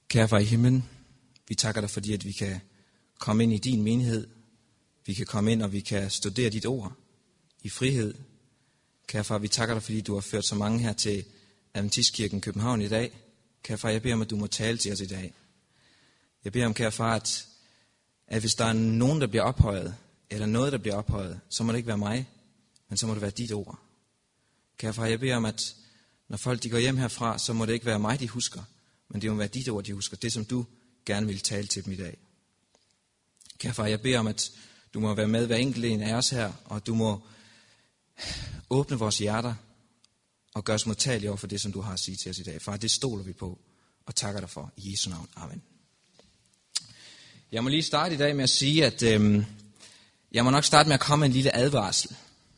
Kære far i himlen, vi takker dig, fordi at vi kan komme ind i din menighed. Vi kan komme ind, og vi kan studere dit ord i frihed. Kære far, vi takker dig, fordi du har ført så mange her til Adventistkirken København i dag. Kære far, jeg beder om, at du må tale til os i dag. Jeg beder om, kære far, at hvis der er nogen, der bliver ophøjet, eller noget, der bliver ophøjet, så må det ikke være mig, men så må det være dit ord. Kære far, jeg beder om, at når folk de går hjem herfra, så må det ikke være mig, de husker, men det må være dit ord, de husker. Det, som du gerne vil tale til dem i dag. Kære far, jeg beder om, at du må være med hver enkelt en af os her, og du må åbne vores hjerter og gøre os modtagelige over for det, som du har at sige til os i dag. Far, det stoler vi på og takker dig for. I Jesu navn. Amen. Jeg må lige starte i dag med at sige, at jeg må nok starte med at komme med en lille advarsel.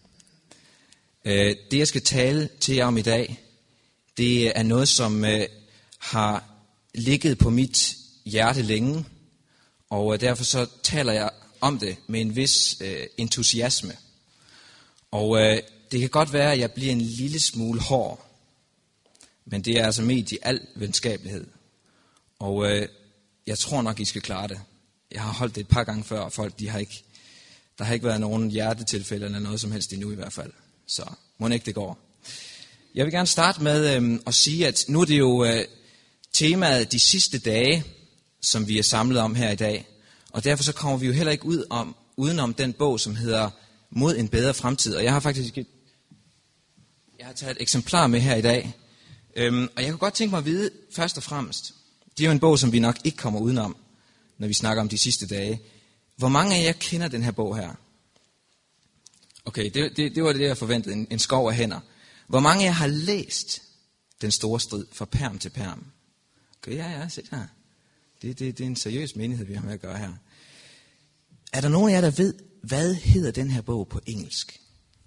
Det, jeg skal tale til jer om i dag, det er noget, som har ligget på mit hjerte længe, og derfor så taler jeg om det med en vis entusiasme. Og det kan godt være, at jeg bliver en lille smule hård, men det er altså ment i al venskabelighed. Og jeg tror nok, I skal klare det. Jeg har holdt det et par gange før, og folk, der har ikke været nogen hjertetilfælde eller noget som helst endnu i hvert fald. Så må ikke det går. Jeg vil gerne starte med at sige, at nu er det jo temaet de sidste dage, som vi er samlet om her i dag. Og derfor så kommer vi jo heller ikke udenom den bog, som hedder Mod en bedre fremtid. Og jeg har faktisk taget et eksemplar med her i dag. Og jeg kunne godt tænke mig at vide, først og fremmest, det er jo en bog, som vi nok ikke kommer udenom, når vi snakker om de sidste dage. Hvor mange af jer kender den her bog her? Okay, det var det, jeg forventede, en skov af hænder. Hvor mange af jer har læst Den store strid fra perm til perm? Okay, ja, se her. Det er en seriøs menighed, vi har med at gøre her. Er der nogen af jer, der ved, hvad hedder den her bog på engelsk?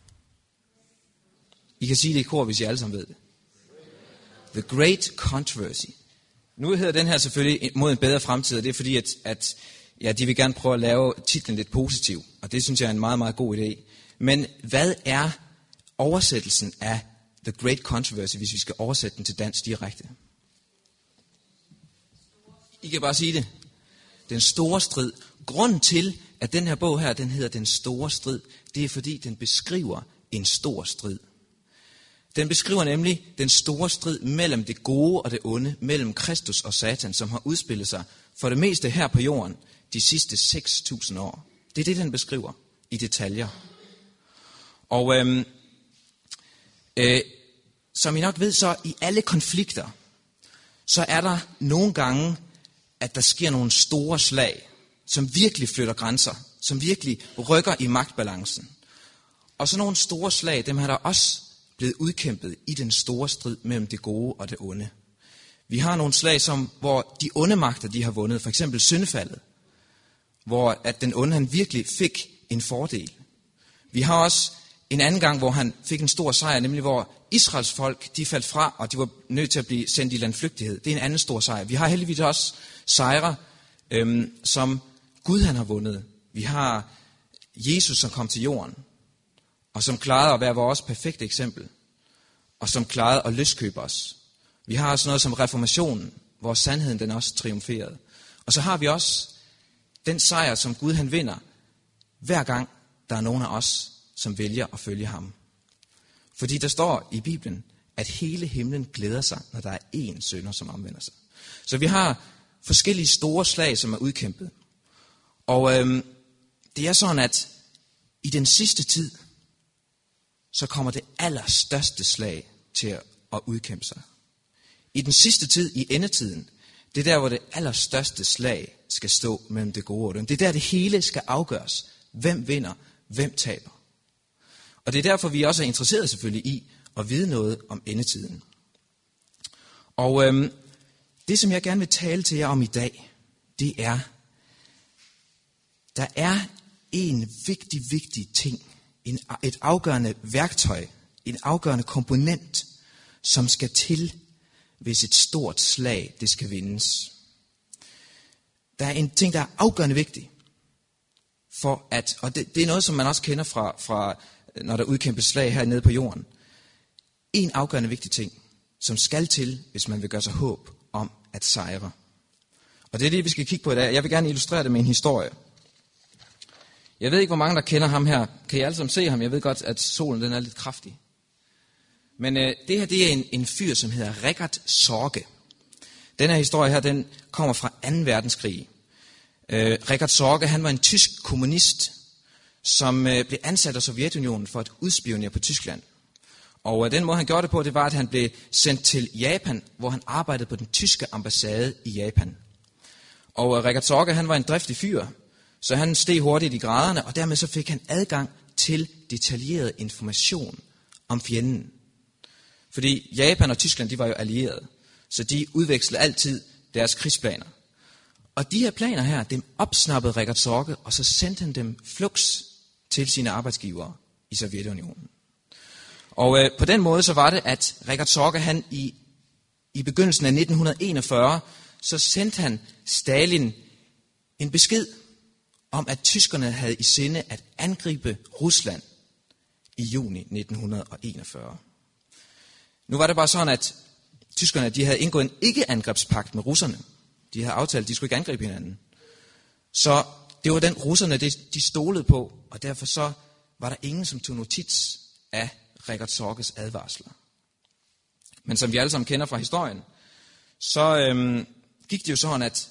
I kan sige det i kor, hvis I alle sammen ved det. The Great Controversy. Nu hedder den her selvfølgelig Mod en bedre fremtid, og det er fordi, at de vil gerne prøve at lave titlen lidt positiv. Og det synes jeg er en meget, meget god idé. Men hvad er oversættelsen af The Great Controversy, hvis vi skal oversætte den til dansk direkte? I kan bare sige det. Den store strid. Grunden til, at den her bog her, den hedder Den store strid, det er fordi, den beskriver en stor strid. Den beskriver nemlig den store strid mellem det gode og det onde, mellem Kristus og Satan, som har udspillet sig for det meste her på jorden de sidste 6.000 år. Det er det, den beskriver i detaljer. Og som I nok ved, så i alle konflikter, så er der nogle gange, at der sker nogle store slag, som virkelig flytter grænser, som virkelig rykker i magtbalancen. Og så nogle store slag, dem har der også blevet udkæmpet i den store strid mellem det gode og det onde. Vi har nogle slag, hvor de onde magter, de har vundet, for eksempel syndefaldet, hvor at den onde, han virkelig fik en fordel. Vi har også en anden gang, hvor han fik en stor sejr, nemlig hvor Israels folk, de faldt fra, og de var nødt til at blive sendt i landflygtighed. Det er en anden stor sejr. Vi har heldigvis også sejre, som Gud han har vundet. Vi har Jesus, som kom til jorden, og som klarede at være vores perfekte eksempel, og som klarede at løskøbe os. Vi har også noget som reformationen, hvor sandheden den også triumferede. Og så har vi også den sejr, som Gud han vinder, hver gang der er nogen af os, som vælger at følge ham. Fordi der står i Bibelen, at hele himlen glæder sig, når der er én synder, som omvender sig. Så vi har forskellige store slag, som er udkæmpet. Og det er sådan, at i den sidste tid, så kommer det allerstørste slag til at udkæmpe sig. I den sidste tid, i endetiden, det er der, hvor det allerstørste slag skal stå mellem det gode og det onde. Det er der, det hele skal afgøres. Hvem vinder, hvem taber. Og det er derfor, vi også er interesseret selvfølgelig i at vide noget om endetiden. Og det, som jeg gerne vil tale til jer om i dag, det er, der er en vigtig ting, et afgørende værktøj, en afgørende komponent, som skal til, hvis et stort slag, det skal vindes. Der er en ting, der er afgørende vigtig, for at, og det er noget, som man også kender fra når der udkæmpes slag hernede på jorden. En afgørende vigtig ting, som skal til, hvis man vil gøre sig håb om at sejre. Og det er det, vi skal kigge på i dag. Jeg vil gerne illustrere det med en historie. Jeg ved ikke, hvor mange der kender ham her. Kan I alle sammen se ham? Jeg ved godt, at solen den er lidt kraftig. Men det her, det er en fyr, som hedder Richard Sorge. Den her historie her, den kommer fra 2. verdenskrig. Richard Sorge, han var en tysk kommunist, som blev ansat af Sovjetunionen for at udspionere på Tyskland. Og den måde, han gjorde det på, det var, at han blev sendt til Japan, hvor han arbejdede på den tyske ambassade i Japan. Og Richard Sorge, han var en driftig fyr, så han steg hurtigt i graderne, og dermed så fik han adgang til detaljeret information om fjenden. Fordi Japan og Tyskland, de var jo allierede, så de udvekslede altid deres krigsplaner. Og de her planer her, dem opsnappede Richard Sorge, og så sendte han dem flux til sine arbejdsgivere i Sovjetunionen. Og på den måde så var det, at Richard Sorge, han i begyndelsen af 1941, så sendte han Stalin en besked om, at tyskerne havde i sinde at angribe Rusland i juni 1941. Nu var det bare sådan, at tyskerne, de havde indgået en ikke-angrebspagt med russerne. De havde aftalt, at de skulle ikke angribe hinanden. Så det var den russerne, de stolede på, og derfor så var der ingen, som tog notits af Richard Sorges advarsler. Men som vi alle sammen kender fra historien, så gik det jo sådan, at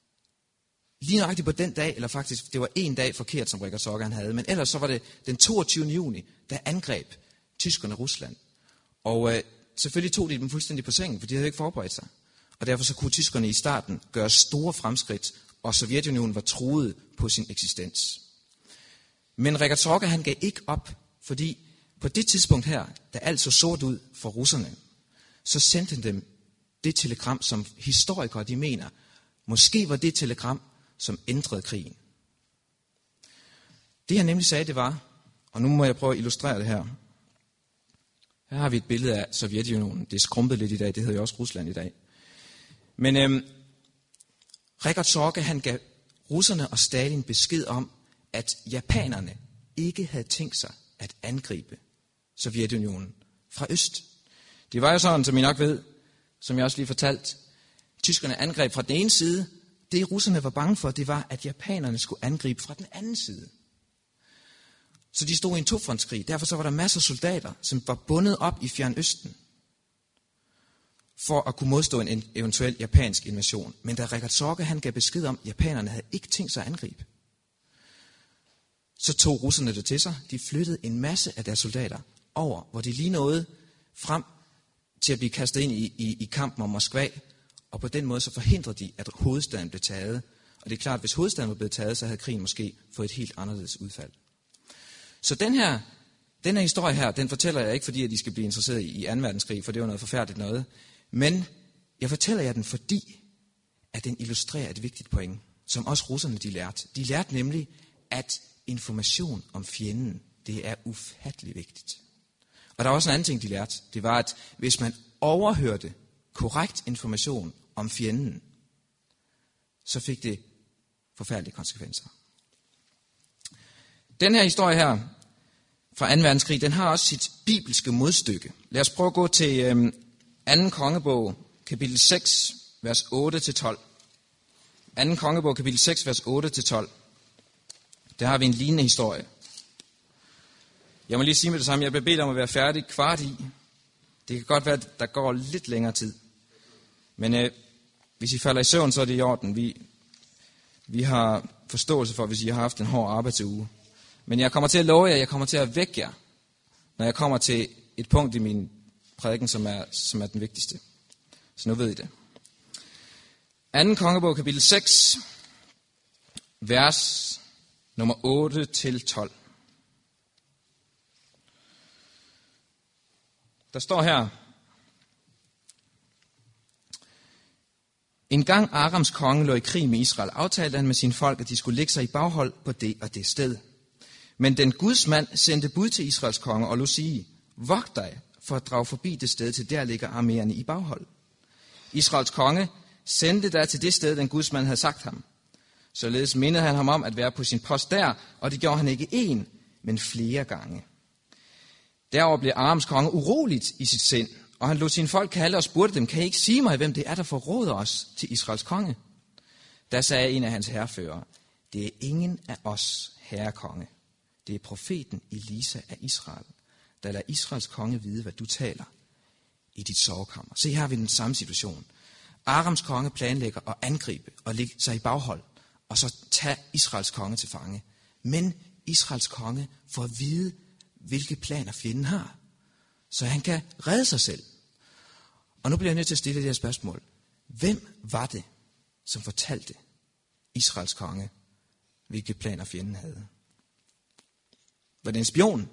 lige nøjagtigt på den dag, eller faktisk det var en dag forkert, som Richard Sorge han havde, men ellers så var det den 22. juni, der angreb tyskerne Rusland. Og selvfølgelig tog de dem fuldstændig på sengen, for de havde ikke forberedt sig. Og derfor så kunne tyskerne i starten gøre store fremskridt, og Sovjetunionen var truet på sin eksistens. Men Richard Sorge, han gav ikke op, fordi på det tidspunkt her, da alt så sort ud for russerne, så sendte han dem det telegram, som historikere de mener, måske var det telegram, som ændrede krigen. Det han nemlig sagde, det var, og nu må jeg prøve at illustrere det her. Her har vi et billede af Sovjetunionen. Det er skrumpet lidt i dag, det hedder jo også Rusland i dag. Men Richard Sorge, han gav russerne og Stalin besked om, at japanerne ikke havde tænkt sig at angribe Sovjetunionen fra øst. Det var jo sådan, som I nok ved, som jeg også lige fortalte, tyskerne angreb fra den ene side. Det russerne var bange for, det var, at japanerne skulle angribe fra den anden side. Så de stod i en tofrontskrig. Derfor så var der masser af soldater, som var bundet op i Fjernøsten, for at kunne modstå en eventuel japansk invasion. Men da Richard Sorge, han gav besked om, at japanerne havde ikke tænkt sig at angribe, så tog russerne det til sig. De flyttede en masse af deres soldater over, hvor de lige nåede frem til at blive kastet ind i kampen om Moskva, og på den måde så forhindrede de, at hovedstaden blev taget. Og det er klart, at hvis hovedstaden var blevet taget, så havde krigen måske fået et helt anderledes udfald. Så den her historie her, den fortæller jeg ikke, fordi at I skal blive interesseret i 2. verdenskrig, for det var noget forfærdeligt noget. Men jeg fortæller jer den, fordi at den illustrerer et vigtigt point, som også russerne de lærte. De lærte nemlig, at information om fjenden, det er ufattelig vigtigt. Og der er også en anden ting, de lærte. Det var, at hvis man overhørte korrekt information om fjenden, så fik det forfærdelige konsekvenser. Den her historie her fra 2. verdenskrig, den har også sit bibelske modstykke. Lad os prøve at gå til 2. kongebog, kapitel 6, vers 8-12. 2. kongebog, kapitel 6, vers 8-12. Der har vi en lignende historie. Jeg må lige sige med det samme, jeg bliver bedt om at være færdig kvart i. Det kan godt være, at der går lidt længere tid. Men hvis I falder i søvn, så er det i orden. Vi har forståelse for, hvis I har haft en hård arbejdsuge. Men jeg kommer til at love jer, jeg kommer til at vække jer, når jeg kommer til et punkt i min prædiken, som er den vigtigste. Så nu ved I det. 2. kongebog, kapitel 6, vers nummer 8-12. Der står her: En gang Arams konge lå i krig med Israel, aftalte han med sine folk, at de skulle lægge sig i baghold på det og det sted. Men den gudsmand sendte bud til Israels konge og lod sige: Vogt dig for at drage forbi det sted, til der ligger arméerne i baghold. Israels konge sendte der til det sted, den gudsmand havde sagt ham. Således mindede han ham om at være på sin post der, og det gjorde han ikke én, men flere gange. Derover blev Arams konge uroligt i sit sind, og han lod sine folk kalde og spurgte dem: Kan I ikke sige mig, hvem det er, der forråder os til Israels konge? der sagde en af hans hærførere, det er ingen af os, herrekonge. Det er profeten Elisa af Israel, der lader Israels konge vide, hvad du taler i dit sovekammer. Se, her har vi den samme situation. Arams konge planlægger at angribe og lægge sig i baghold, og så tage Israels konge til fange. Men Israels konge får at vide, hvilke planer fjenden har, så han kan redde sig selv. Og nu bliver jeg nødt til at stille det her spørgsmål. Hvem var det, som fortalte Israels konge, hvilke planer fjenden havde? Var det en spion?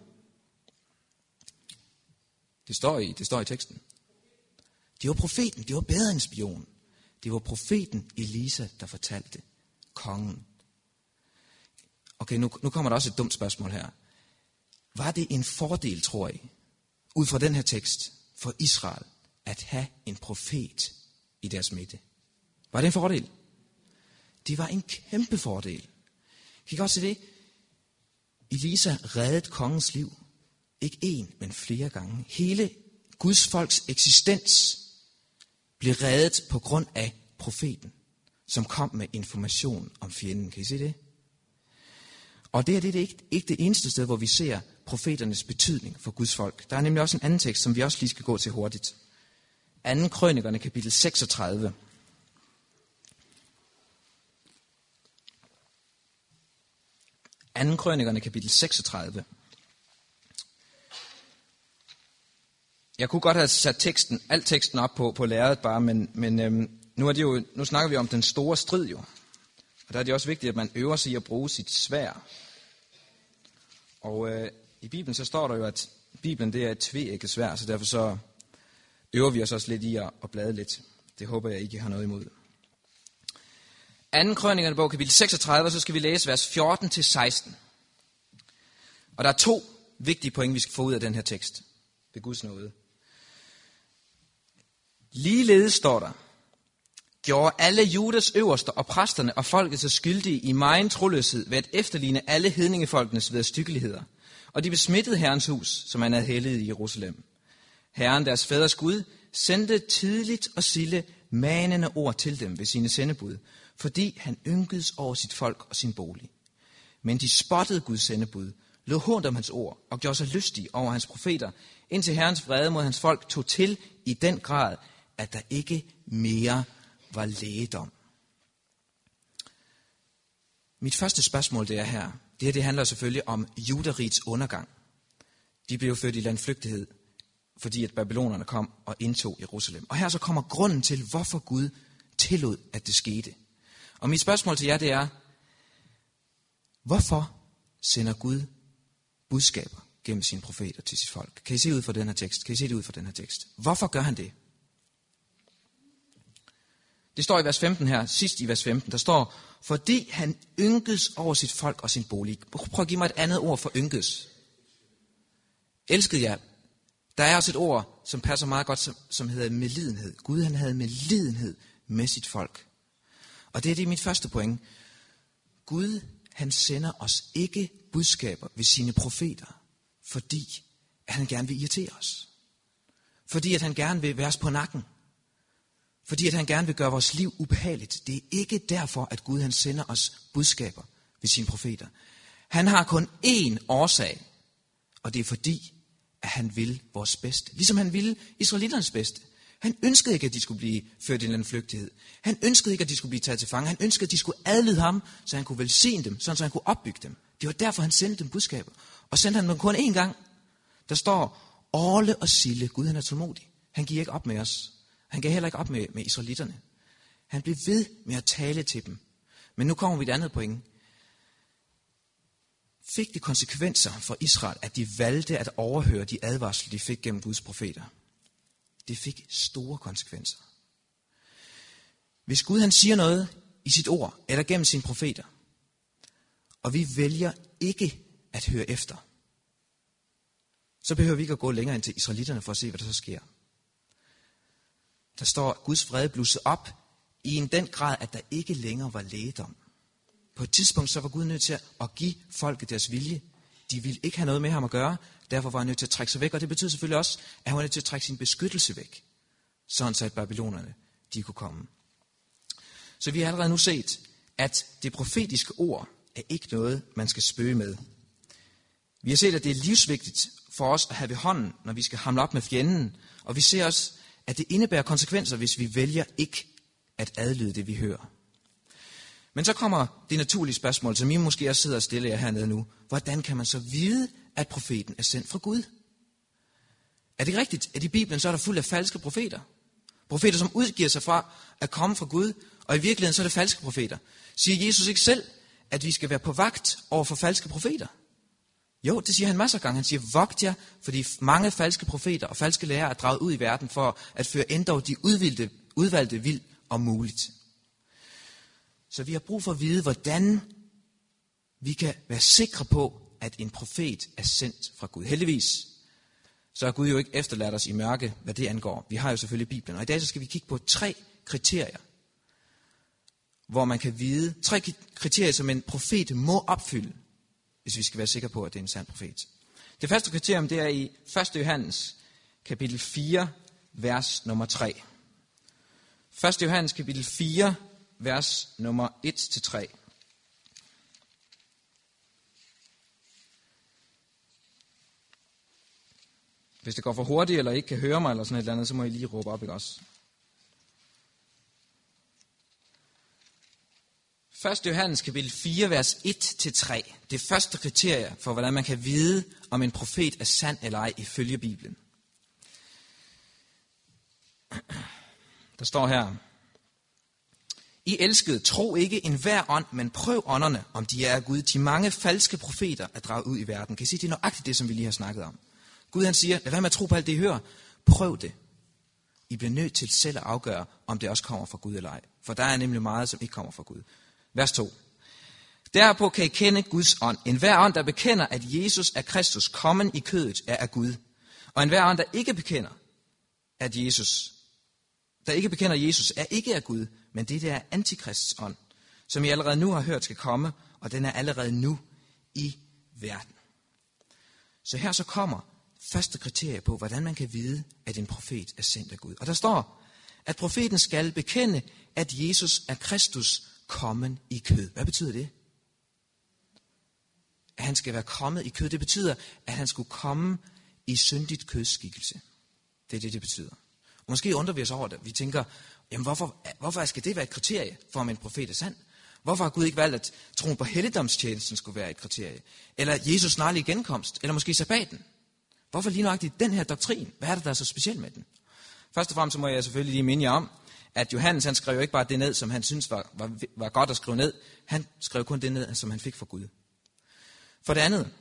Det står i teksten. Det var profeten, det var bedre end en spion. Det var profeten Elisa, der fortalte kongen. Okay, nu kommer der også et dumt spørgsmål her. Var det en fordel, tror I, ud fra den her tekst, for Israel, at have en profet i deres midte? Var det en fordel? Det var en kæmpe fordel. Kan I godt se det? Elisa reddede kongens liv. Ikke én, men flere gange. Hele Guds folks eksistens blev reddet på grund af profeten, som kom med information om fjenden. Kan I se det? Og det er ikke det eneste sted, hvor vi ser profeternes betydning for Guds folk. Der er nemlig også en anden tekst, som vi også lige skal gå til hurtigt. 2. Krønikerne, kapitel 36. 2. Krønikerne, kapitel 36. Jeg kunne godt have sat al teksten op på lærredet bare, men nu snakker vi om den store strid jo. Og der er det også vigtigt, at man øver sig i at bruge sit sværd. Og i Bibelen så står der jo, at Bibelen det er et tveægget sværd, så derfor så øver vi os også lidt i at blade lidt. Det håber jeg ikke, I har noget imod. 2. Krønikerne bog, kapitel 36, og så skal vi læse vers 14-16. Og der er 2 vigtige point, vi skal få ud af den her tekst. Ved Guds nåde. Ligeledes står der, gjorde alle Judas øverster og præsterne og folket så skyldige i megen troløshed ved at efterligne alle hedningefolkenes vederstyggeligheder. Og de besmittede Herrens hus, som han havde helliget i Jerusalem. Herren, deres fædres Gud, sendte tidligt og stille manende ord til dem ved sine sendebud, fordi han ynkedes over sit folk og sin bolig. Men de spottede Guds sendebud, lod hånd om hans ord og gjorde sig lystige over hans profeter, indtil Herrens vrede mod hans folk tog til i den grad, at der ikke mere var lægedom. Mit første spørgsmål det er her. Det handler selvfølgelig om Juderigets undergang. De blev født i landflygtighed, fordi at babylonerne kom og indtog Jerusalem. Og her så kommer grunden til, hvorfor Gud tillod, at det skete. Og mit spørgsmål til jer det er, hvorfor sender Gud budskaber gennem sine profeter til sit folk? Kan I se ud fra den her tekst? Kan I se det ud fra den her tekst? Hvorfor gør han det? Det står i vers 15 her, sidst i vers 15, der står, fordi han ynkedes over sit folk og sin bolig. Prøv at give mig et andet ord for ynkedes. Elskede jer. Der er også et ord, som passer meget godt, som hedder medlidenhed. Gud han havde medlidenhed med sit folk. Og det er mit første point. Gud han sender os ikke budskaber ved sine profeter, fordi at han gerne vil irritere os. Fordi at han gerne vil være os på nakken. Fordi at han gerne vil gøre vores liv ubehageligt. Det er ikke derfor, at Gud han sender os budskaber ved sine profeter. Han har kun én årsag, og det er fordi, at han vil vores bedste. Ligesom han ville israeliternes bedste. Han ønskede ikke, at de skulle blive ført i en flygtighed. Han ønskede ikke, at de skulle blive taget til fange. Han ønskede, at de skulle adlyde ham, så han kunne velsigne dem, så han kunne opbygge dem. Det var derfor, han sendte dem budskaber. Og sendte han dem kun én gang. Der står, Orle og Sille, Gud han er tålmodig. Han giver ikke op med os. Han gav heller ikke op med israelitterne. Han blev ved med at tale til dem. Men nu kommer vi et andet point. Fik det konsekvenser for Israel, at de valgte at overhøre de advarsler, de fik gennem Guds profeter? Det fik store konsekvenser. Hvis Gud han siger noget i sit ord, eller gennem sine profeter, og vi vælger ikke at høre efter, så behøver vi ikke at gå længere ind til israelitterne for at se, hvad der så sker. Der står, Guds vrede blussede op i den grad, at der ikke længere var lægedom. På et tidspunkt så var Gud nødt til at give folket deres vilje. De ville ikke have noget med ham at gøre, derfor var han nødt til at trække sig væk. Og det betyder selvfølgelig også, at han var nødt til at trække sin beskyttelse væk, sådan så at babylonerne de kunne komme. Så vi har allerede nu set, at det profetiske ord er ikke noget, man skal spøge med. Vi har set, at det er livsvigtigt for os at have ved hånden, når vi skal hamle op med fjenden, og vi ser også, at det indebærer konsekvenser, hvis vi vælger ikke at adlyde det, vi hører. Men så kommer det naturlige spørgsmål, som I måske også sidder og stiller jer hernede nu. Hvordan kan man så vide, at profeten er sendt fra Gud? Er det rigtigt, at i Bibelen så er der fuld af falske profeter? Profeter, som udgiver sig fra at komme fra Gud, og i virkeligheden så er det falske profeter. Siger Jesus ikke selv, at vi skal være på vagt over for falske profeter? Jo, det siger han masser af gange. Han siger, vogt jer, fordi mange falske profeter og falske lærere er draget ud i verden for at føre endog de udvalgte vild om muligt. Så vi har brug for at vide, hvordan vi kan være sikre på, at en profet er sendt fra Gud. Heldigvis, så har Gud jo ikke efterladt os i mørke, hvad det angår. Vi har jo selvfølgelig Bibelen, og i dag så skal vi kigge på 3 kriterier, hvor man kan vide, 3 kriterier, som en profet må opfylde, hvis vi skal være sikre på, at det er en sand profet. Det første kriterium, det er i 1. Johannes, kapitel 4, vers nummer 3. 1. Johannes, kapitel 4, vers nummer 1-3. Hvis det går for hurtigt, eller ikke kan høre mig, eller sådan et eller andet, så må I lige råbe op, ikke også? 1. Johannes kapitel 4, vers 1-3. Det første kriterie for, hvordan man kan vide, om en profet er sand eller ej, ifølge Bibelen. Der står her: I elskede, tro ikke enhver ånd, men prøv ånderne, om de er af Gud. De mange falske profeter er draget ud i verden. Kan I sige, det er nøjagtigt det, som vi lige har snakket om. Gud han siger, lad være med at tro på alt det, I hører. Prøv det. I bliver nødt til selv at afgøre, om det også kommer fra Gud eller ej. For der er nemlig meget, som ikke kommer fra Gud. Vers 2. Derpå kan I kende Guds ånd. Enhver ånd, der bekender, at Jesus er Kristus, kommen i kødet, er af Gud. Og enhver ånd, der ikke bekender, at Jesus er ikke af Gud, men det er antikrists ånd, som I allerede nu har hørt skal komme, og den er allerede nu i verden. Så her så kommer første kriterie på, hvordan man kan vide, at en profet er sendt af Gud. Og der står, at profeten skal bekende, at Jesus er Kristus, kommen i kød. Hvad betyder det? At han skal være kommet i kød. Det betyder, at han skulle komme i syndigt kødskikkelse. Det er det, det betyder. Og måske undrer vi os over det. Vi tænker, jamen hvorfor skal det være et kriterie for, om en profet er sand? Hvorfor har Gud ikke valgt, at troen på helligdomstjenesten skulle være et kriterie? Eller Jesus snarlige genkomst? Eller måske sabbaten? Hvorfor lige nøjagtigt den her doktrin? Hvad er det, der er så specielt med den? Først og fremmest så må jeg selvfølgelig lige minde jer om, at Johannes han skrev jo ikke bare det ned, som han syntes var godt at skrive ned. Han skrev kun det ned, som han fik fra Gud. For det andet,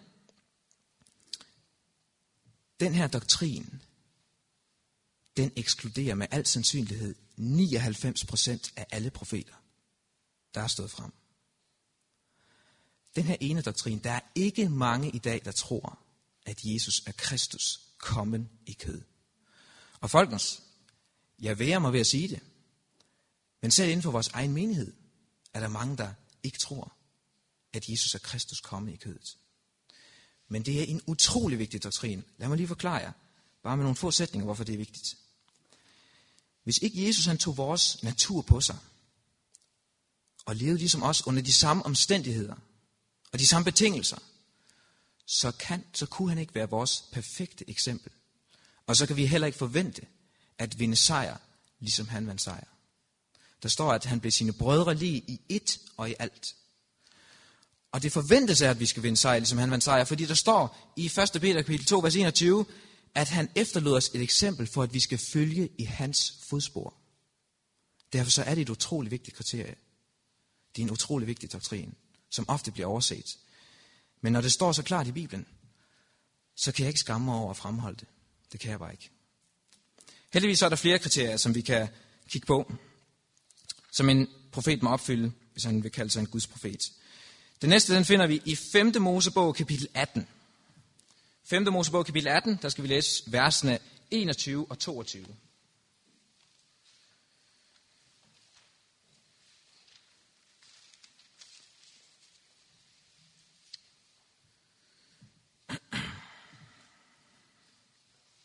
den her doktrin, den ekskluderer med al sandsynlighed 99% af alle profeter, der er stået frem. Den her ene doktrin, der er ikke mange i dag, der tror, at Jesus er Kristus, kommen i kød. Og folkens, jeg værer mig ved at sige det, men selv inden for vores egen menighed, er der mange, der ikke tror, at Jesus er Kristus, kommet i kødet. Men det er en utrolig vigtig doktrin. Lad mig lige forklare jer, bare med nogle få sætninger, hvorfor det er vigtigt. Hvis ikke Jesus han tog vores natur på sig, og levede ligesom os under de samme omstændigheder, og de samme betingelser, så kunne han ikke være vores perfekte eksempel. Og så kan vi heller ikke forvente at vinde sejr, ligesom han vandt sejr. Der står, at han blev sine brødre lige i ét og i alt. Og det forventes af, at vi skal vinde sejr, ligesom han vandt sejr, fordi der står i 1. Peter kapitel 2, vers 21, at han efterlod os et eksempel for, at vi skal følge i hans fodspor. Derfor så er det et utroligt vigtigt kriterie. Det er en utrolig vigtig doktrin, som ofte bliver overset. Men når det står så klart i Bibelen, så kan jeg ikke skamme mig over at fremholde det. Det kan jeg bare ikke. Heldigvis så er der flere kriterier, som vi kan kigge på, som en profet må opfylde, hvis han vil kalde sig en Guds profet. Det næste, den finder vi i 5. Mosebog, kapitel 18. 5. Mosebog, kapitel 18, der skal vi læse versene 21 og 22.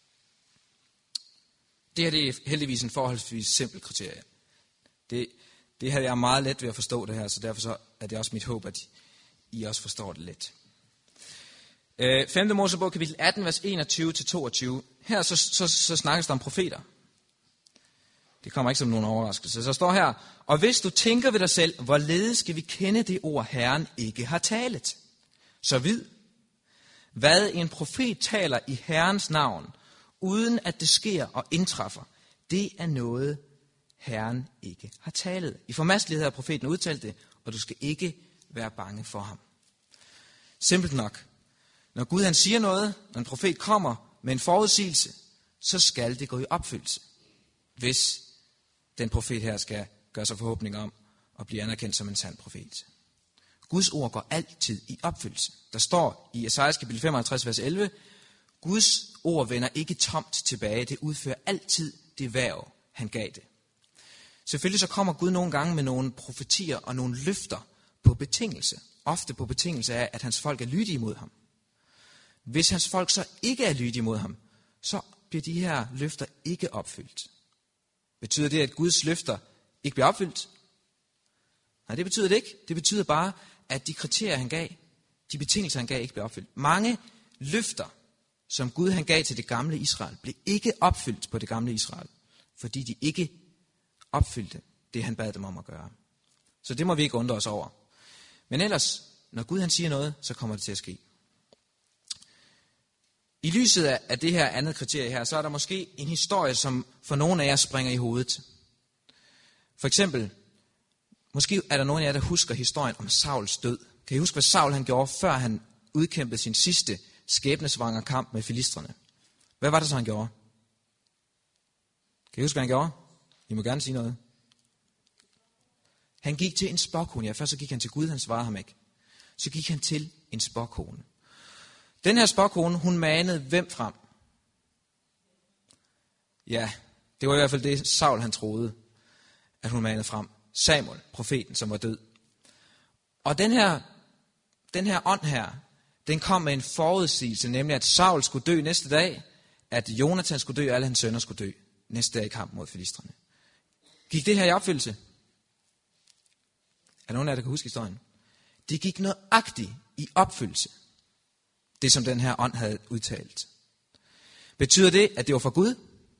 Det her det er heldigvis en forholdsvis simpel kriterie. Det her er meget let ved at forstå det her, så derfor så er det også mit håb, at I også forstår det let. 5. Mosebog, kapitel 18, vers 21-22. Her så snakkes der om profeter. Det kommer ikke som nogen overraskelse. Så står her, og hvis du tænker ved dig selv, hvorledes skal vi kende det ord, Herren ikke har talet? Så vid, hvad en profet taler i Herrens navn, uden at det sker og indtræffer, det er noget, Herren ikke har talet. I formastelighed har profeten udtalt det, og du skal ikke være bange for ham. Simpelt nok. Når Gud han siger noget, når en profet kommer med en forudsigelse, så skal det gå i opfyldelse. Hvis den profet her skal gøre sig forhåbning om at blive anerkendt som en sand profet. Guds ord går altid i opfyldelse. Der står i Esajas kapitel 55, vers 11, Guds ord vender ikke tomt tilbage, det udfører altid det hverv, han gav det. Selvfølgelig så kommer Gud nogle gange med nogle profetier og nogle løfter på betingelse. Ofte på betingelse af, at hans folk er lydige mod ham. Hvis hans folk så ikke er lydige mod ham, så bliver de her løfter ikke opfyldt. Betyder det, at Guds løfter ikke bliver opfyldt? Nej, det betyder det ikke. Det betyder bare, at de kriterier, han gav, de betingelser, han gav, ikke bliver opfyldt. Mange løfter, som Gud han gav til det gamle Israel, blev ikke opfyldt på det gamle Israel, fordi de ikke opfyldte det, han bad dem om at gøre. Så det må vi ikke undre os over. Men ellers, når Gud han siger noget, så kommer det til at ske. I lyset af det her andet kriterie her, så er der måske en historie, som for nogle af jer springer i hovedet. For eksempel, måske er der nogen af jer, der husker historien om Sauls død. Kan I huske, hvad Saul han gjorde, før han udkæmpede sin sidste skæbnesvangre kamp med filistrene? Hvad var det så, han gjorde? Kan I huske, hvad han gjorde? I må gerne sige noget. Han gik til en spåkone. Ja, først så gik han til Gud, han svarede ham ikke. Så gik han til en spåkone. Den her spåkone, hun manede hvem frem? Ja, det var i hvert fald det, Saul han troede, at hun manede frem. Samuel, profeten, som var død. Og den her ånd her, den kom med en forudsigelse, nemlig at Saul skulle dø næste dag, at Jonathan skulle dø, og alle hans sønner skulle dø næste dag i kamp mod filistrene. Gik det her i opfyldelse? Er der nogen af jer, der kan huske historien? Det gik nøjagtigt i opfyldelse. Det, som den her ånd havde udtalt. Betyder det, at det var fra Gud?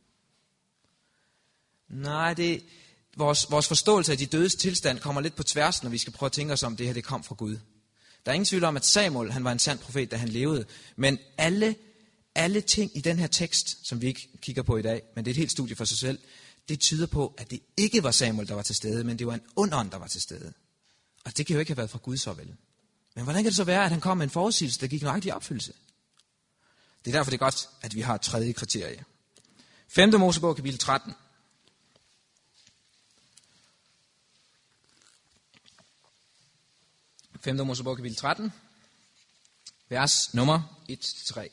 Nej, vores forståelse af de dødes tilstand kommer lidt på tværs, når vi skal prøve at tænke os om, det her det kom fra Gud. Der er ingen tvivl om, at Samuel han var en sand profet, da han levede. Men alle ting i den her tekst, som vi ikke kigger på i dag, men det er et helt studie for sig selv, det tyder på, at det ikke var Samuel, der var til stede, men det var en ond ånd, der var til stede. Og det kan jo ikke have været fra Gud så vel. Men hvordan kan det så være, at han kom med en forudsigelse, der gik nøjagtigt i opfyldelse? Det er derfor, det er godt, at vi har et tredje kriterie. 5. Mosebog, kapitel 13. Femte Mosebog, kapitel 13, vers nummer 1-3.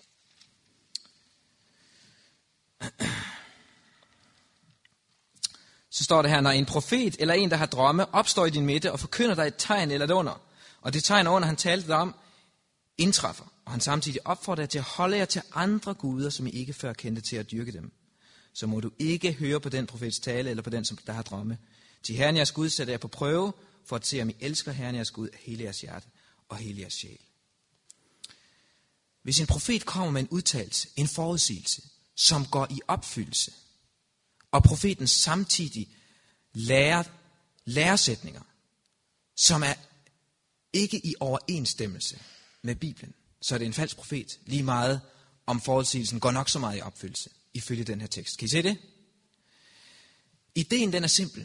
Så står det her, når en profet eller en, der har drømme, opstår i din midte og forkynder dig et tegn eller et under, og det tegn under, han talte dig om, indtræffer, og han samtidig opfordrer dig til at holde jer til andre guder, som I ikke før kendte til at dyrke dem, så må du ikke høre på den profets tale eller på den, som der har drømme. Til Herren jeres Gud sætter jeg på prøve, for at se, om I elsker Herren jeres Gud af hele jeres hjerte og hele jeres sjæl. Hvis en profet kommer med en udtalelse, en forudsigelse, som går i opfyldelse, og profeten samtidig læresætninger, som er ikke i overensstemmelse med Bibelen, så er det en falsk profet, lige meget om forudsigelsen går nok så meget i opfyldelse, ifølge den her tekst. Kan I se det? Ideen den er simpel.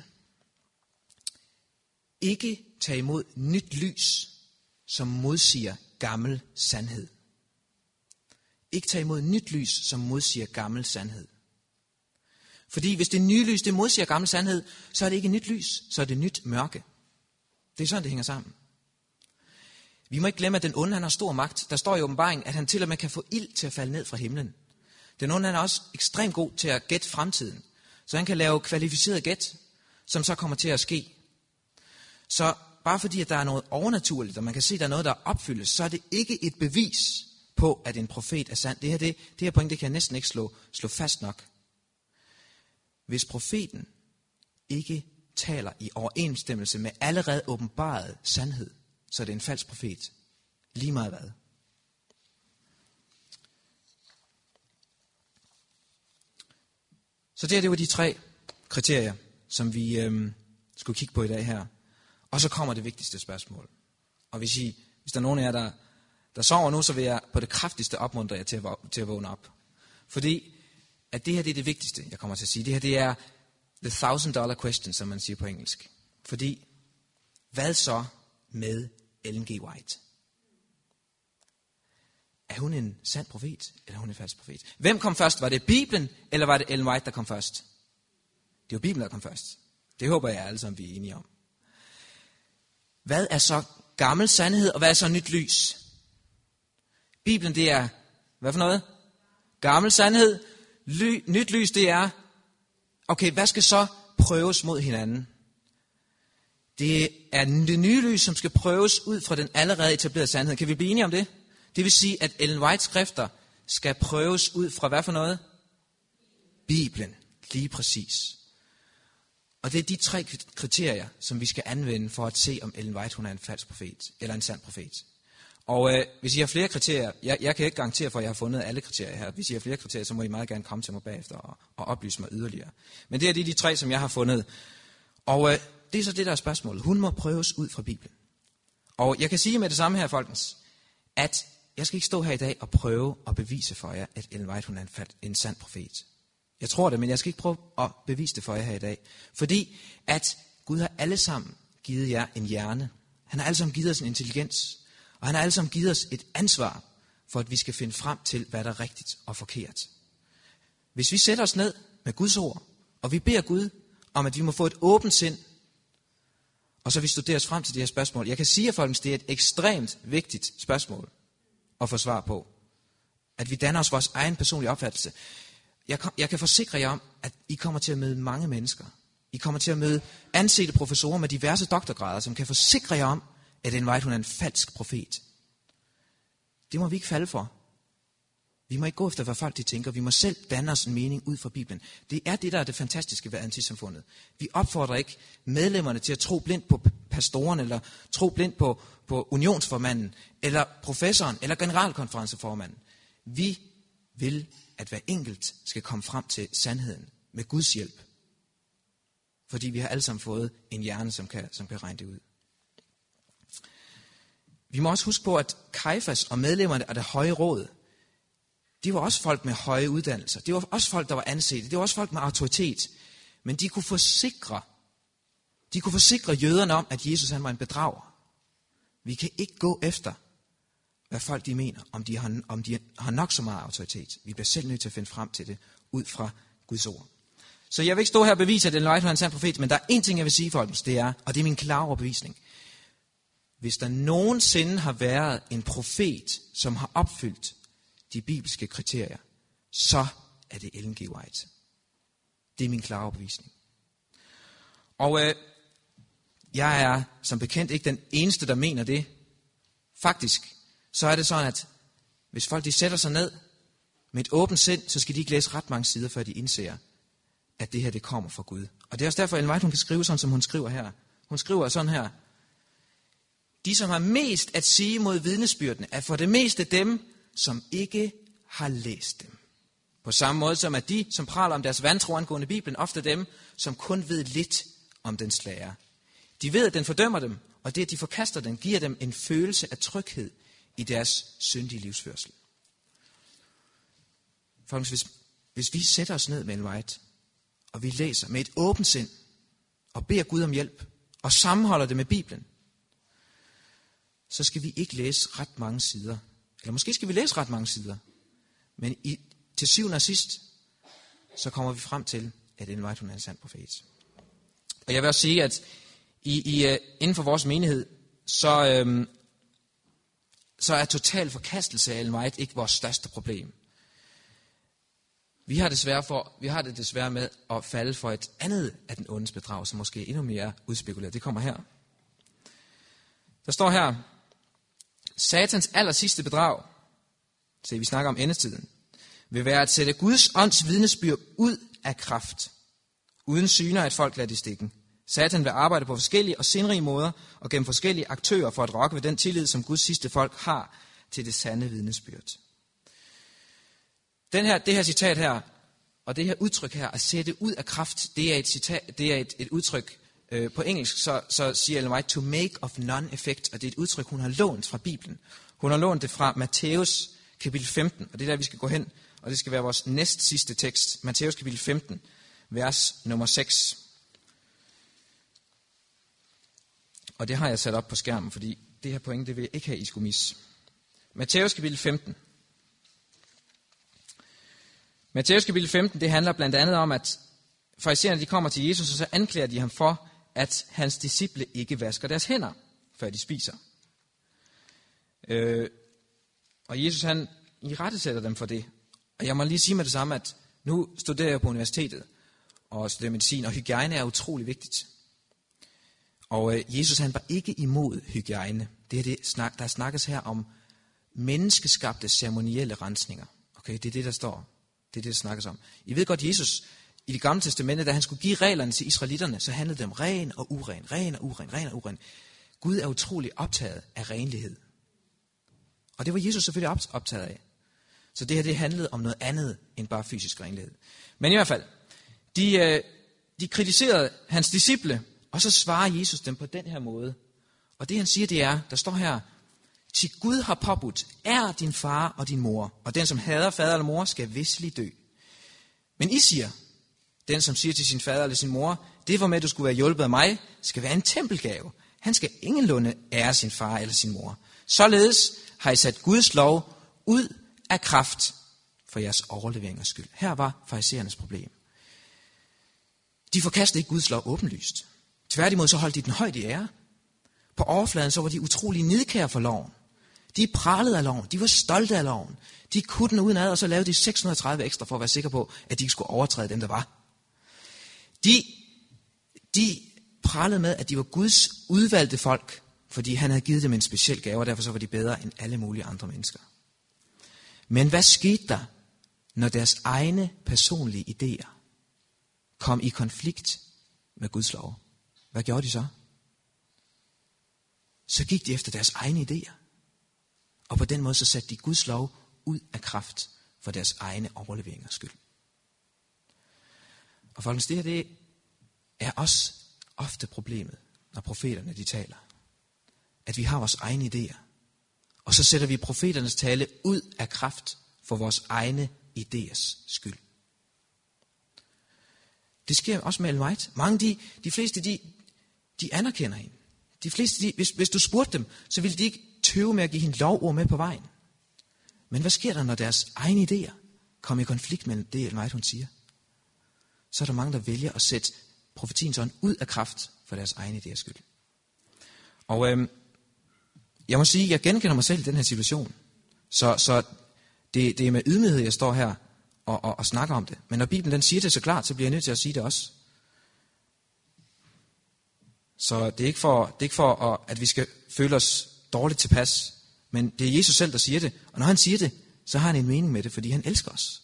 Ikke tage imod nyt lys, som modsiger gammel sandhed. Ikke tage imod nyt lys, som modsiger gammel sandhed. Fordi hvis det nye lys, det modsiger gammel sandhed, så er det ikke nyt lys, så er det nyt mørke. Det er sådan, det hænger sammen. Vi må ikke glemme, at den onde, han har stor magt. Der står i åbenbaringen, at han til og med kan få ild til at falde ned fra himlen. Den onde, han er også ekstremt god til at gætte fremtiden. Så han kan lave kvalificeret gæt, som så kommer til at ske. Så bare fordi, at der er noget overnaturligt, og man kan se, at der er noget, der opfyldes, så er det ikke et bevis på, at en profet er sand. Det her point, det kan jeg næsten ikke slå fast nok. Hvis profeten ikke taler i overensstemmelse med allerede åbenbaret sandhed, så er det en falsk profet. Lige meget hvad. Så det var de 3 kriterier, som vi skulle kigge på i dag her. Og så kommer det vigtigste spørgsmål. Og hvis der er nogen af jer, der sover nu, så vil jeg på det kraftigste opmuntre jer til at vågne op. Fordi at det her det er det vigtigste, jeg kommer til at sige. Det her det er the $1,000 question, som man siger på engelsk. Fordi, hvad så med Ellen G. White? Er hun en sand profet, eller er hun en falsk profet? Hvem kom først? Var det Bibelen, eller var det Ellen White, der kom først? Det var Bibelen, der kom først. Det håber jeg alle sammen, vi er enige om. Hvad er så gammel sandhed, og hvad er så nyt lys? Bibelen, det er, hvad for noget? Gammel sandhed. Nyt lys, det er, okay, hvad skal så prøves mod hinanden? Det er det nye lys, som skal prøves ud fra den allerede etablerede sandhed. Kan vi blive enige om det? Det vil sige, at Ellen Whites skrifter skal prøves ud fra hvad for noget? Bibelen, lige præcis. Og det er de 3 kriterier, som vi skal anvende for at se, om Ellen White hun er en falsk profet, eller en sand profet. Og hvis I har flere kriterier, jeg kan ikke garantere for, at jeg har fundet alle kriterier her. Hvis I har flere kriterier, så må I meget gerne komme til mig bagefter og oplyse mig yderligere. Men det er de 3, som jeg har fundet. Og det er så det, der er spørgsmålet. Hun må prøves ud fra Bibelen. Og jeg kan sige med det samme her, folkens, at jeg skal ikke stå her i dag og prøve at bevise for jer, at Ellen White hun er en sand profet. Jeg tror det, men jeg skal ikke prøve at bevise det for jer her i dag. Fordi at Gud har alle sammen givet jer en hjerne. Han har alle sammen givet os en intelligens. Og han har alle sammen givet os et ansvar for, at vi skal finde frem til, hvad der er rigtigt og forkert. Hvis vi sætter os ned med Guds ord, og vi beder Gud om, at vi må få et åbent sind, og så vi studerer os frem til det her spørgsmål. Jeg kan sige, at folkens, det er et ekstremt vigtigt spørgsmål at få svar på. At vi danner os vores egen personlige opfattelse. Jeg kan forsikre jer om, at I kommer til at møde mange mennesker. I kommer til at møde ansete professorer med diverse doktorgrader, som kan forsikre jer om, at Ellen White hun er en falsk profet. Det må vi ikke falde for. Vi må ikke gå efter, hvad folk de tænker. Vi må selv danne os en mening ud fra Bibelen. Det er det, der er det fantastiske ved antisamfundet. Vi opfordrer ikke medlemmerne til at tro blindt på pastoren, eller tro blindt på unionsformanden, eller professoren, eller generalkonferenceformanden. Vi vil, at hver enkelt skal komme frem til sandheden med Guds hjælp. Fordi vi har alle sammen fået en hjerne, som kan regne det ud. Vi må også huske på, at Kajfas og medlemmerne af det høje råd, de var også folk med høje uddannelser. Det var også folk, der var ansete. Det var også folk med autoritet. Men de kunne forsikre jøderne om, at Jesus han var en bedrager. Vi kan ikke gå efter, hvad folk de mener, om de har nok så meget autoritet. Vi bliver selv nødt til at finde frem til det, ud fra Guds ord. Så jeg vil ikke stå her og bevise, at Ellen White er en sand profet, men der er én ting, jeg vil sige, folkens, det er, og det er min klare overbevisning. Hvis der nogensinde har været en profet, som har opfyldt de bibelske kriterier, så er det Ellen G. White. Det er min klare overbevisning. Og jeg er som bekendt ikke den eneste, der mener det. Faktisk, så er det sådan, at hvis folk de sætter sig ned med et åbent sind, så skal de ikke læse ret mange sider, før de indser, at det her det kommer fra Gud. Og det er også derfor, Ellen White hun kan skrive sådan, som hun skriver her. Hun skriver sådan her. De, som har mest at sige mod vidnesbyrdene, er for det meste dem, som ikke har læst dem. På samme måde som at de, som praler om deres vantro angående Bibelen, ofte dem, som kun ved lidt om dens lære. De ved, at den fordømmer dem, og det, at de forkaster den, giver dem en følelse af tryghed i deres syndige livsførsel. Folkens, hvis vi sætter os ned med Ellen White, og vi læser med et åbent sind, og beder Gud om hjælp, og sammenholder det med Bibelen, så skal vi ikke læse ret mange sider. Eller måske skal vi læse ret mange sider. Men til syvende og sidst, så kommer vi frem til, at Ellen White hun er en sand profet. Og jeg vil også sige, at inden for vores menighed, så er total forkastelse af Ellen White ikke vores største problem. Vi har det desværre med at falde for et andet af den ondes bedrag, som måske er endnu mere udspekuleret. Det kommer her. Der står her, Satans allersidste bedrag, så vi snakker om endetiden, vil være at sætte Guds ånds vidnesbyrd ud af kraft, uden syner at folk lader det stikken. Satan vil arbejde på forskellige og sindrige måder og gennem forskellige aktører for at rokke ved den tillid, som Guds sidste folk har til det sande vidnesbyrd. Det her citat her, og det her udtryk her, at sætte ud af kraft, det er et udtryk på engelsk, så siger Ellen White, to make of none effect, og det er et udtryk, hun har lånt fra Bibelen. Hun har lånt det fra Matthæus kapitel 15, og det er der, vi skal gå hen, og det skal være vores næst sidste tekst, Matthæus kapitel 15, vers nummer 6. Og det har jeg sat op på skærmen, fordi det her point, det vil jeg ikke have, I skulle misse. Matthæus kapitel 15. Matthæus kapitel 15, det handler blandt andet om, at farisæerne, de kommer til Jesus, og så anklager de ham for, at hans disciple ikke vasker deres hænder, før de spiser. Og Jesus, han irettesætter dem for det. Og jeg må lige sige med det samme, at nu studerer jeg på universitetet, og studerer medicin, og hygiejne er utrolig vigtigt. Og Jesus, han var ikke imod hygiejne. Der snakkes her om menneskeskabte ceremonielle rensninger. Okay, det er det, der står. Det er det, der snakkes om. I ved godt, Jesus i det gamle testamente, da han skulle give reglerne til israelitterne, så handlede det om ren og uren, ren og uren, ren og uren. Gud er utrolig optaget af renlighed. Og det var Jesus selvfølgelig optaget af. Så det her, det handlede om noget andet end bare fysisk renlighed. Men i hvert fald, de kritiserede hans disciple, og så svarer Jesus dem på den her måde. Og det han siger, det er, der står her, til Gud har påbudt, er din far og din mor, og den som hader fader eller mor, skal visselig dø. Men I siger, den som siger til sin fader eller sin mor, det hvormed du skulle være hjulpet af mig, skal være en tempelgave. Han skal ingenlunde ære sin far eller sin mor. Således har I sat Guds lov ud af kraft for jeres overleveringers skyld. Her var farisæernes problem. De forkastede ikke Guds lov åbenlyst. Tværtimod så holdt de den højt i ære. På overfladen så var de utrolig nidkære for loven. De pralede af loven. De var stolte af loven. De kunne den udenad, og så lavede de 630 ekstra for at være sikre på, at de ikke skulle overtræde dem, der var. De pralede med, at de var Guds udvalgte folk, fordi han havde givet dem en speciel gave, og derfor så var de bedre end alle mulige andre mennesker. Men hvad skete der, når deres egne personlige idéer kom i konflikt med Guds lov? Hvad gjorde de så? Så gik de efter deres egne idéer. Og på den måde så satte de Guds lov ud af kraft for deres egne overleveringers skyld. Og folkens, det her, det er også ofte problemet, når profeterne de taler. At vi har vores egne idéer. Og så sætter vi profeternes tale ud af kraft for vores egne idéers skyld. Det sker også med Ellen White. Mange, de fleste, de anerkender hende. De fleste, hvis du spurgte dem, så ville de ikke tøve med at give hende lovord med på vejen. Men hvad sker der, når deres egne idéer kommer i konflikt med det, Ellen White hun siger? Så er der mange, der vælger at sætte profetiens ånd ud af kraft for deres egne idéers skyld. Og jeg må sige, at jeg genkender mig selv i den her situation. Så det er med ydmyghed, jeg står her og snakker om det. Men når Bibelen den siger det så klart, så bliver jeg nødt til at sige det også. Så det er ikke for, at vi skal føle os dårligt tilpas. Men det er Jesus selv, der siger det. Og når han siger det, så har han en mening med det, fordi han elsker os.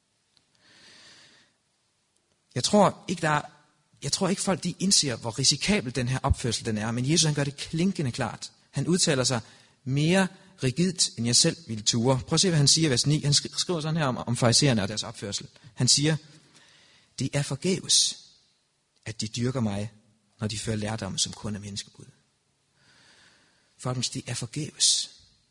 Jeg tror ikke folk de indser, hvor risikabel den her opførsel den er. Men Jesus han gør det klinkende klart. Han udtaler sig mere rigidt, end jeg selv ville ture. Prøv at se, hvad han siger i vers 9. Han skriver sådan her om farisæerne og deres opførsel. Han siger, det er forgæves, at de dyrker mig, når de fører lærdomme, som kun er menneskebud. Folkens, det er forgæves,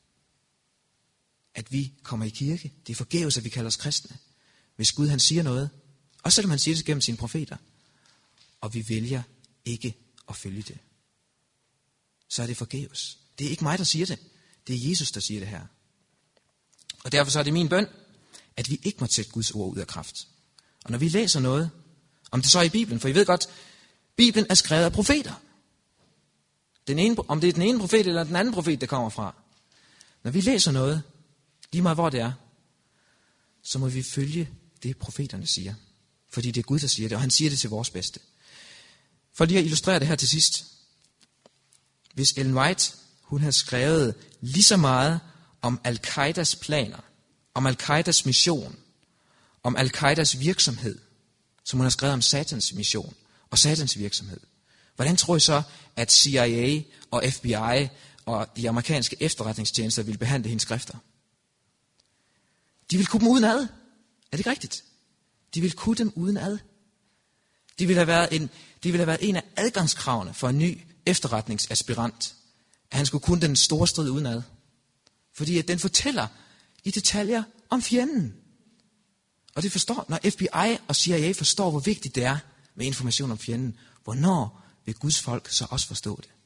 at vi kommer i kirke. Det er forgæves, at vi kalder os kristne. Hvis Gud han siger noget, også selvom han siger det gennem sine profeter, og vi vælger ikke at følge det, så er det forgæves. Det er ikke mig, der siger det. Det er Jesus, der siger det her. Og derfor så er det min bøn, at vi ikke må sætte Guds ord ud af kraft. Og når vi læser noget, om det så er i Bibelen, for I ved godt, Bibelen er skrevet af profeter. Om det er den ene profet eller den anden profet, der kommer fra. Når vi læser noget, lige meget hvor det er, så må vi følge det, profeterne siger. Fordi det er Gud, der siger det, og han siger det til vores bedste. For lige at illustrere det her til sidst. Hvis Ellen White, hun har skrevet lige så meget om Al-Qaidas planer, om Al-Qaidas mission, om Al-Qaidas virksomhed, som hun har skrevet om Satans mission og Satans virksomhed, Hvordan tror I så, at CIA og FBI og de amerikanske efterretningstjenester ville behandle hendes skrifter? De ville kunne dem udenad. Er det ikke rigtigt? De ville kunne dem udenad. Det ville have været en af adgangskravene for en ny efterretningsaspirant, at han skulle kunne den store strid udenad. Fordi at den fortæller i detaljer om fjenden. Og det forstår, når FBI og CIA forstår, hvor vigtigt det er med information om fjenden, hvornår vil Guds folk så også forstå det?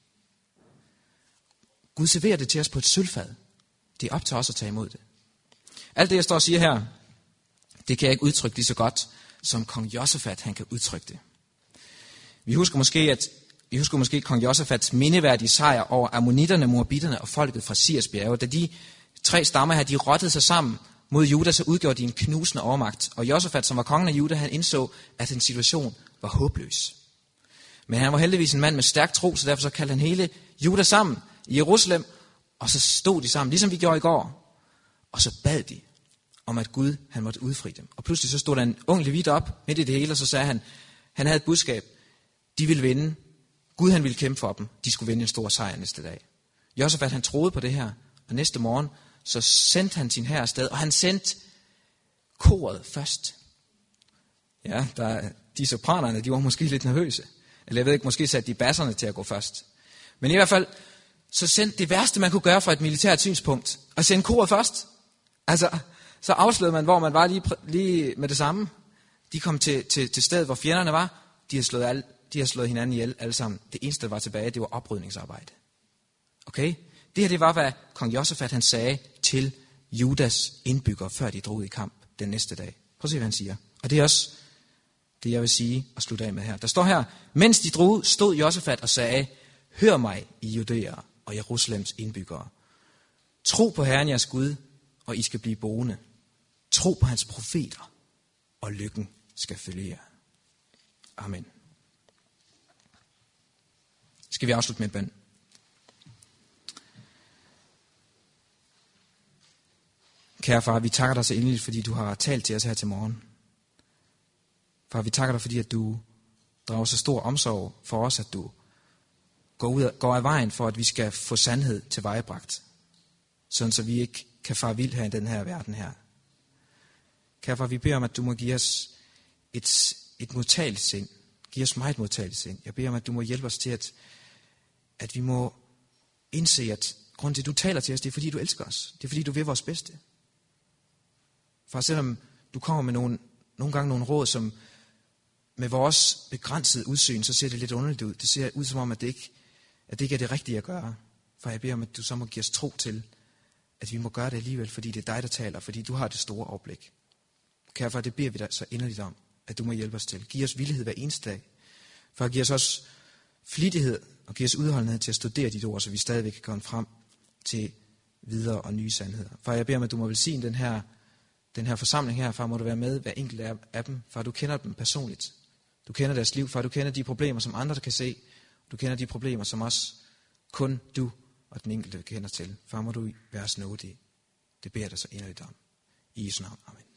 Gud serverer det til os på et sølvfad. Det er op til os at tage imod det. Alt det, jeg står og siger her, det kan jeg ikke udtrykke lige så godt, som kong Josafat, han kan udtrykke det. Vi husker måske kong Josafats mindeværdige sejr over ammonitterne, moabitterne og folket fra Sirs bjerge. Da de 3 stammer her, de rottede sig sammen mod Juda, så udgjorde de en knusende overmagt. Og Josafat, som var kongen af Juda, han indså, at den situation var håbløs. Men han var heldigvis en mand med stærk tro, så derfor så kaldte han hele Juda sammen i Jerusalem, og så stod de sammen, ligesom vi gjorde i går. Og så bad de om, at Gud han måtte udfri dem. Og pludselig så stod der en ung levit op midt i det hele, og så sagde han havde et budskab. De ville vinde. Gud han ville kæmpe for dem. De skulle vinde en stor sejr næste dag. Josafat han troede på det her, og næste morgen så sendte han sin hær afsted, og han sendte koret først. Ja, de sopranerne, de var måske lidt nervøse. Eller jeg ved ikke, måske satte de basserne til at gå først. Men i hvert fald, så sendte det værste, man kunne gøre fra et militært synspunkt, at sende koret først. Altså, så afslørede man, hvor man var lige med det samme. De kom til stedet, hvor fjenderne var. De har slået hinanden ihjel alle sammen. Det eneste, der var tilbage, det var oprydningsarbejde. Okay? Det her, det var, hvad kong Josafat han sagde til Judas indbyggere, før de drog ud i kamp den næste dag. Prøv at se, hvad han siger. Og det er også det, jeg vil sige og slutte af med her. Der står her, mens de drog ud, stod Josafat og sagde, hør mig, I judæere og Jerusalems indbyggere. Tro på Herren jeres Gud, og I skal blive boende. Tro på hans profeter, og lykken skal følge jer. Amen. Skal vi afslutte med en bøn? Kære far, vi takker dig så inderligt, fordi du har talt til os her til morgen. Far, vi takker dig, fordi at du drager så stor omsorg for os, at du går af vejen for, at vi skal få sandhed til vejebragt. Sådan så vi ikke kan fare vildt her i den her verden her. Kære far, vi beder om, at du må give os et modtageligt sind. Giv os meget modtageligt sind. Jeg beder om, at du må hjælpe os til, at vi må indse, at grunden til, at du taler til os, det er, fordi du elsker os. Det er, fordi du vil vores bedste. For selvom du kommer med nogle gange nogle råd, som med vores begrænsede udsyn, så ser det lidt underligt ud. Det ser ud som om, at det ikke er det rigtige at gøre. For jeg beder om, at du så må give os tro til, at vi må gøre det alligevel, fordi det er dig, der taler, fordi du har det store overblik. Kære far, det beder vi dig så inderligt om, at du må hjælpe os til. Giv os villighed hver eneste dag. For at give os også flittighed og give os udholdenhed til at studere dit ord, så vi stadigvæk kan komme frem til videre og nye sandheder. Far, jeg beder om, at du må velsigne den her forsamling her. Far, må du være med hver enkelt af dem. Far, du kender dem personligt. Du kender deres liv. Far, du kender de problemer, som andre der kan se. Du kender de problemer, som også kun du og den enkelte kender til. Far, må du være os nådig. Det beder jeg dig så inderligt om. I Jesu navn. Amen.